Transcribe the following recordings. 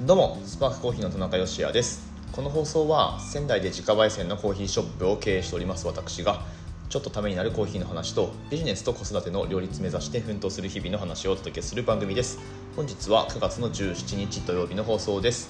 どうもスパークコーヒーの田中芳也です。この放送は仙台で自家焙煎のコーヒーショップを経営しております私がちょっとためになるコーヒーの話とビジネスと子育ての両立目指して奮闘する日々の話をお届けする番組です。本日は9月の17日土曜日の放送です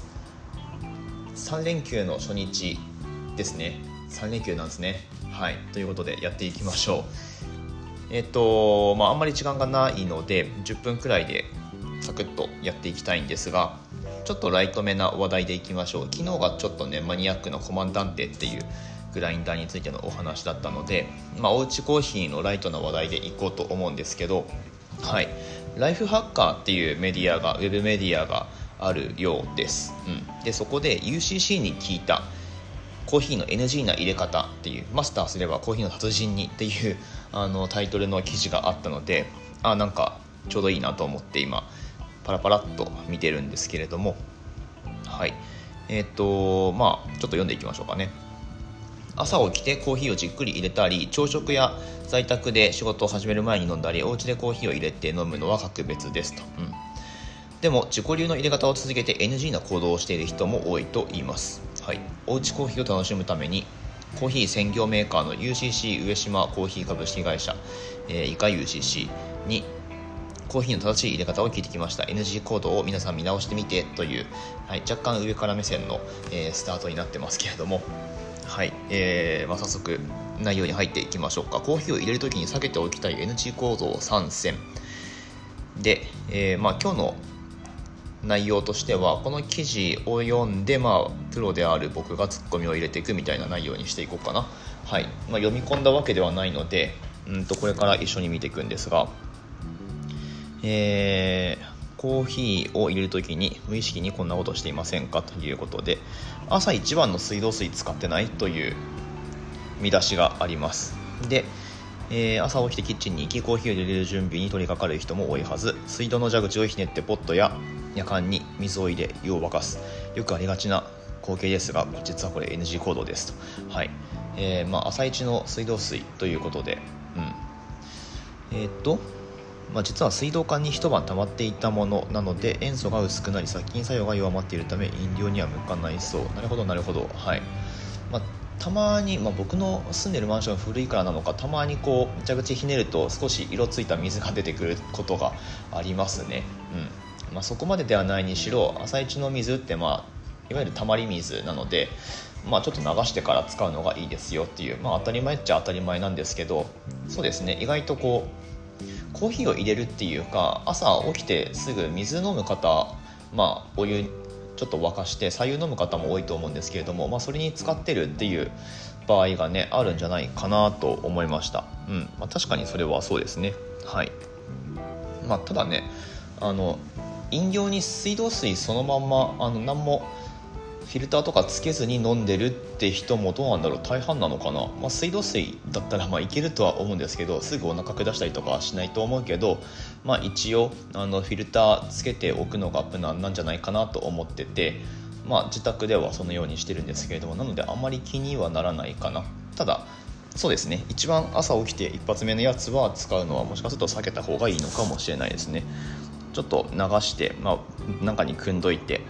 。3連休の初日ですね。3連休なんですね。はい、ということでやっていきましょう。あんまり時間がないので10分くらいでサクッとやっていきたいんですが、ちょっとライトめな話題でいきましょう。昨日がちょっとねマニアックなコマンダンテっていうグラインダーについてのお話だったので、おうちコーヒーのライトな話題でいこうと思うんですけど、はい、ライフハッカーっていうウェブメディアがあるようです。でそこで UCC に聞いたコーヒーの NG な入れ方っていう、マスターすればコーヒーの達人にっていうタイトルの記事があったので、なんかちょうどいいなと思って今パラパラっと見てるんですけれども、はい、ちょっと読んでいきましょうかね。朝起きてコーヒーをじっくり入れたり、朝食や在宅で仕事を始める前に飲んだり、お家でコーヒーを入れて飲むのは格別ですと。でも自己流の入れ方を続けて NG な行動をしている人も多いと言います。はい、おうちコーヒーを楽しむためにコーヒー専業メーカーの UCC 上島コーヒー株式会社、以下 UCC にコーヒーの正しい入れ方を聞いてきました。 NG 行動を皆さん見直してみてという、若干上から目線の、スタートになってますけれども、はい、早速内容に入っていきましょうか。コーヒーを入れるときに避けておきたい NG 行動3選で、今日の内容としてはこの記事を読んで、プロである僕がツッコミを入れていくみたいな内容にしていこうかな。はい、読み込んだわけではないのでこれから一緒に見ていくんですが、コーヒーを入れるときに無意識にこんなことしていませんかということで、朝一番の水道水使ってないという見出しがあります。で、朝起きてキッチンに行きコーヒーを入れる準備に取り掛かる人も多いはず。水道の蛇口をひねってポットややかんに水を入れ湯を沸かす、よくありがちな光景ですが実はこれ NG 行動ですと。はい、朝一の水道水ということで、実は水道管に一晩溜まっていたものなので塩素が薄くなり殺菌作用が弱まっているため飲料には向かないそう。なるほど、はい。たまに、僕の住んでるマンション古いからなのか、たまにこう蛇口ひねると少し色ついた水が出てくることがありますね。そこまでではないにしろ朝一の水っていわゆるたまり水なので、ちょっと流してから使うのがいいですよっていう、当たり前っちゃ当たり前なんですけど、そうですね、意外とコーヒーを入れるっていうか、朝起きてすぐ水飲む方、お湯ちょっと沸かして白湯飲む方も多いと思うんですけれども、それに使ってるっていう場合がねあるんじゃないかなと思いました。確かにそれはそうですね。はい。ただね、飲料に水道水そのまんま何もフィルターとかつけずに飲んでるって人もどうなんだろう、大半なのかな。水道水だったらいけるとは思うんですけど、すぐお腹下したりとかはしないと思うけど、一応フィルターつけておくのが無難なんじゃないかなと思ってて、自宅ではそのようにしてるんですけれども、なのであんまり気にはならないかな。ただそうですね、一番朝起きて一発目のやつは使うのはもしかすると避けた方がいいのかもしれないですね。ちょっと流して、中に汲んどいて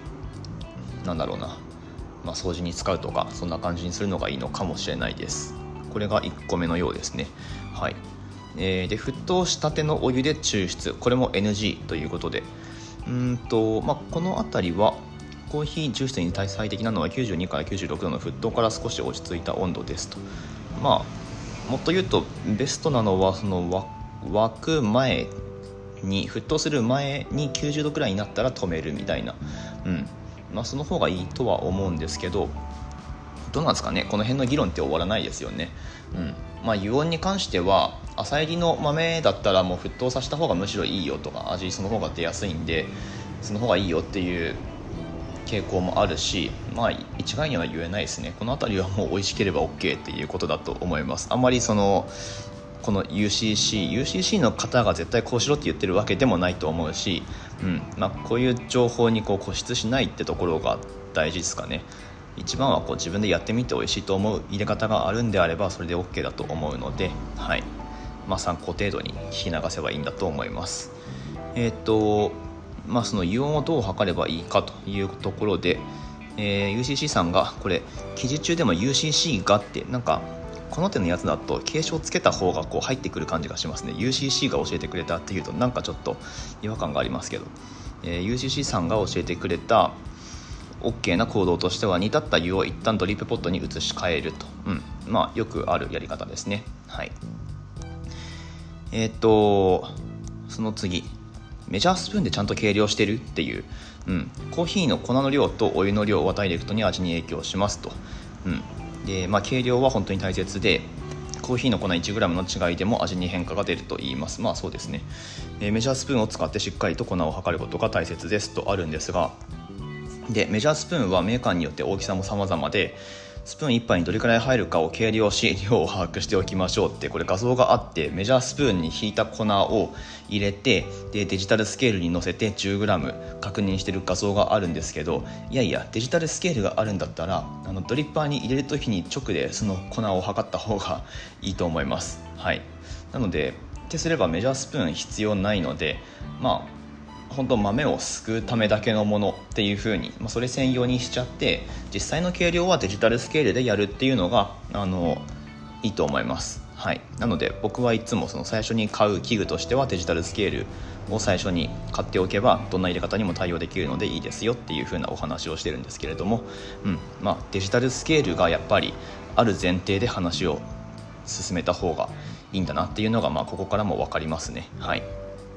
掃除に使うとか、そんな感じにするのがいいのかもしれないです。これが1個目のようですね。はい。で沸騰したてのお湯で抽出、これも NG ということで、この辺りはコーヒー抽出に最適なのは92から96度の沸騰から少し落ち着いた温度ですと。もっと言うとベストなのはその沸く前に、沸騰する前に90度くらいになったら止めるみたいな、その方がいいとは思うんですけど、どうなんですかね、この辺の議論って終わらないですよね。油温に関しては朝入りの豆だったらもう沸騰させた方がむしろいいよとか、味その方が出やすいんでその方がいいよっていう傾向もあるし、一概には言えないですね。この辺りはもう美味しければ OK っていうことだと思います。あんまりこの UCC の方が絶対こうしろって言ってるわけでもないと思うし、こういう情報に固執しないってところが大事ですかね。一番は自分でやってみて美味しいと思う入れ方があるんであればそれで OK だと思うので、はい、参考程度に聞き流せばいいんだと思います。 その油温をどう測ればいいかというところで、UCC さんがこれ記事中でも UCC がってなんかこの手のやつだと継承つけた方がこう入ってくる感じがしますね。 UCC が教えてくれたっていうとなんかちょっと違和感がありますけど、UCC さんが教えてくれた OK な行動としては、煮立った湯を一旦ドリップポットに移し替えると、よくあるやり方ですね。はい。その次、メジャースプーンでちゃんと計量してるっていう、コーヒーの粉の量とお湯の量はダイレクトに味に影響しますと。で計量は本当に大切で、コーヒーの粉 1g の違いでも味に変化が出ると言います。そうですね。メジャースプーンを使ってしっかりと粉を測ることが大切ですとあるんですが、でメジャースプーンはメーカーによって大きさも様々で、スプーン1杯にどれくらい入るかを計量し量を把握しておきましょうって、これ画像があって、メジャースプーンにひいた粉を入れて、でデジタルスケールに乗せて 10g 確認してる画像があるんですけど、いやいやデジタルスケールがあるんだったらドリッパーに入れるときに直でその粉を測った方がいいと思います。はい。なのでってすればメジャースプーン必要ないので、本当豆をすくうためだけのものっていう風に、それ専用にしちゃって、実際の計量はデジタルスケールでやるっていうのがいいと思います。はい。なので僕はいつもその最初に買う器具としてはデジタルスケールを最初に買っておけばどんな入れ方にも対応できるのでいいですよっていう風なお話をしてるんですけれども、デジタルスケールがやっぱりある前提で話を進めた方がいいんだなっていうのがここからも分かりますね。はい。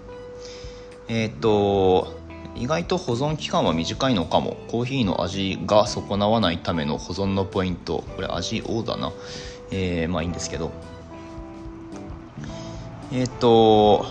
意外と保存期間は短いのかも。コーヒーの味が損なわないための保存のポイント、これ味 O だな。いいんですけど、保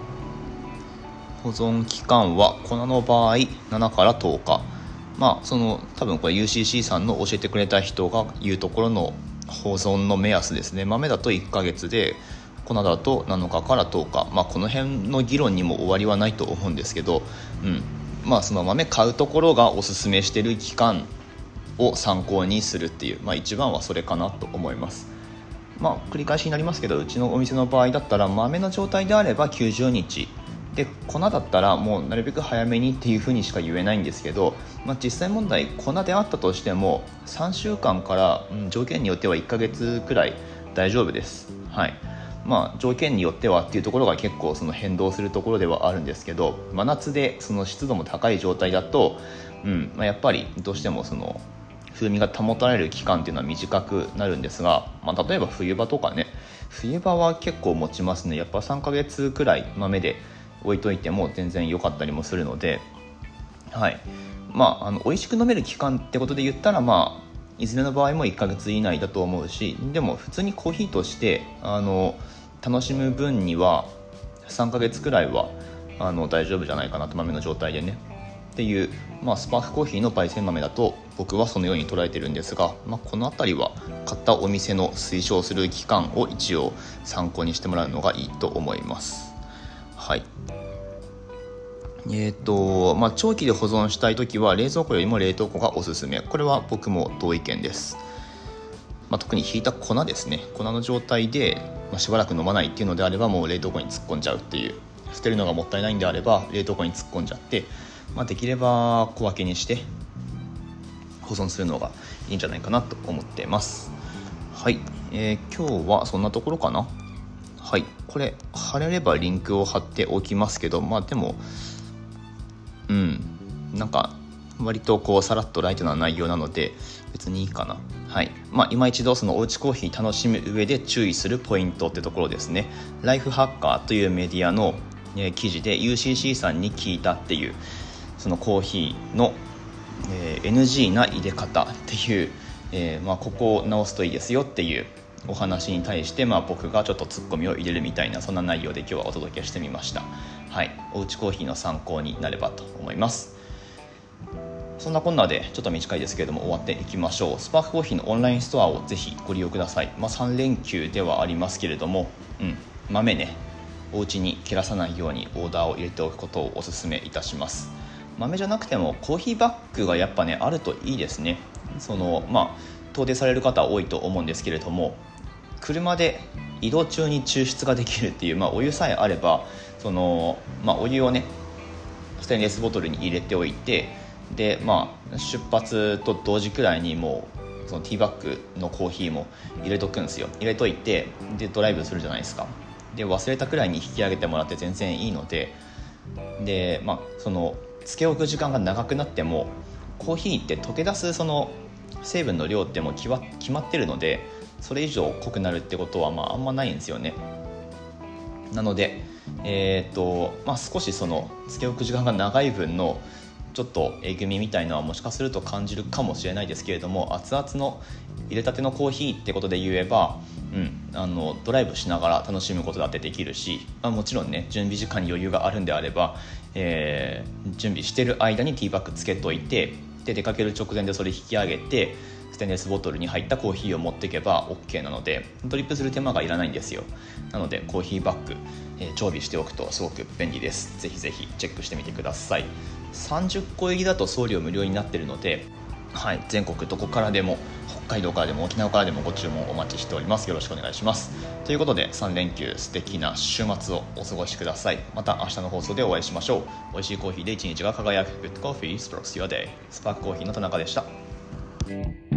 存期間は粉の場合7から10日。多分これ UCC さんの教えてくれた人が言うところの保存の目安ですね。豆だと1ヶ月で、粉だと7日から10日、この辺の議論にも終わりはないと思うんですけど、その豆買うところがおすすめしてる期間を参考にするっていう、一番はそれかなと思います。繰り返しになりますけど、うちのお店の場合だったら豆の状態であれば90日で、粉だったらもうなるべく早めにっていう風にしか言えないんですけど、実際問題粉であったとしても3週間から、条件によっては1ヶ月くらい大丈夫です。はい。条件によってはっていうところが結構その変動するところではあるんですけど、真夏でその湿度も高い状態だと、やっぱりどうしてもその風味が保たれる期間っていうのは短くなるんですが、例えば冬場とかね、冬場は結構持ちますね。やっぱ3ヶ月くらい豆で置いといても全然良かったりもするので、はい。美味しく飲める期間ってことで言ったら、いずれの場合も1ヶ月以内だと思うし、でも普通にコーヒーとして楽しむ分には3ヶ月くらいは大丈夫じゃないかなと、豆の状態でねっていう、スパークコーヒーの焙煎豆だと僕はそのように捉えてるんですが、このあたりは買ったお店の推奨する期間を一応参考にしてもらうのがいいと思います。はい。長期で保存したいときは冷蔵庫よりも冷凍庫がおすすめ。これは僕も同意見です。特にひいた粉ですね。粉の状態で、しばらく飲まないっていうのであればもう冷凍庫に突っ込んじゃうっていう、捨てるのがもったいないんであれば冷凍庫に突っ込んじゃって、できれば小分けにして保存するのがいいんじゃないかなと思ってます。はい。今日はそんなところかな。はい。これ貼れればリンクを貼っておきますけど、でもなんか割とさらっとライトな内容なので別にいいかな。はい。今一度そのおうちコーヒー楽しむ上で注意するポイントってところですね。ライフハッカーというメディアの記事で UCC さんに聞いたっていう、そのコーヒーの、NG な入れ方っていう、ここを直すといいですよっていうお話に対して、僕がちょっとツッコミを入れるみたいな、そんな内容で今日はお届けしてみました。はい。おうちコーヒーの参考になればと思います。そんなこんなでちょっと短いですけれども終わっていきましょう。スパークコーヒーのオンラインストアをぜひご利用ください。3連休ではありますけれども、豆ね、お家に切らさないようにオーダーを入れておくことをお勧めいたします。豆じゃなくてもコーヒーバッグがやっぱねあるといいですね。遠出される方多いと思うんですけれども、車で移動中に抽出ができるっていう、お湯さえあればお湯をねステンレスボトルに入れておいて、で出発と同時くらいにもうそのティーバッグのコーヒーも入れとくんですよ。入れといて、でドライブするじゃないですか。で忘れたくらいに引き上げてもらって全然いいので、そのつけ置く時間が長くなってもコーヒーって溶け出すその成分の量っても決まってるので、それ以上濃くなるってことはあんまないんですよね。なので、少しそのつけ置く時間が長い分のちょっとえぐみみたいのはもしかすると感じるかもしれないですけれども、熱々の入れたてのコーヒーってことで言えば、ドライブしながら楽しむことだってできるし、もちろんね準備時間に余裕があるんであれば、準備してる間にティーバッグつけといて、で出かける直前でそれ引き上げてステンレスボトルに入ったコーヒーを持っていけば OK なので、ドリップする手間がいらないんですよ。なのでコーヒーバッグ、常備しておくとすごく便利です。ぜひぜひチェックしてみてください。30個入りだと送料無料になっているので、全国どこからでも、北海道からでも沖縄からでもご注文お待ちしております。よろしくお願いします。ということで3連休素敵な週末をお過ごしください。また明日の放送でお会いしましょう。美味しいコーヒーで一日が輝く Good Coffee Sparks Your Day。スパークコーヒーの田中でした。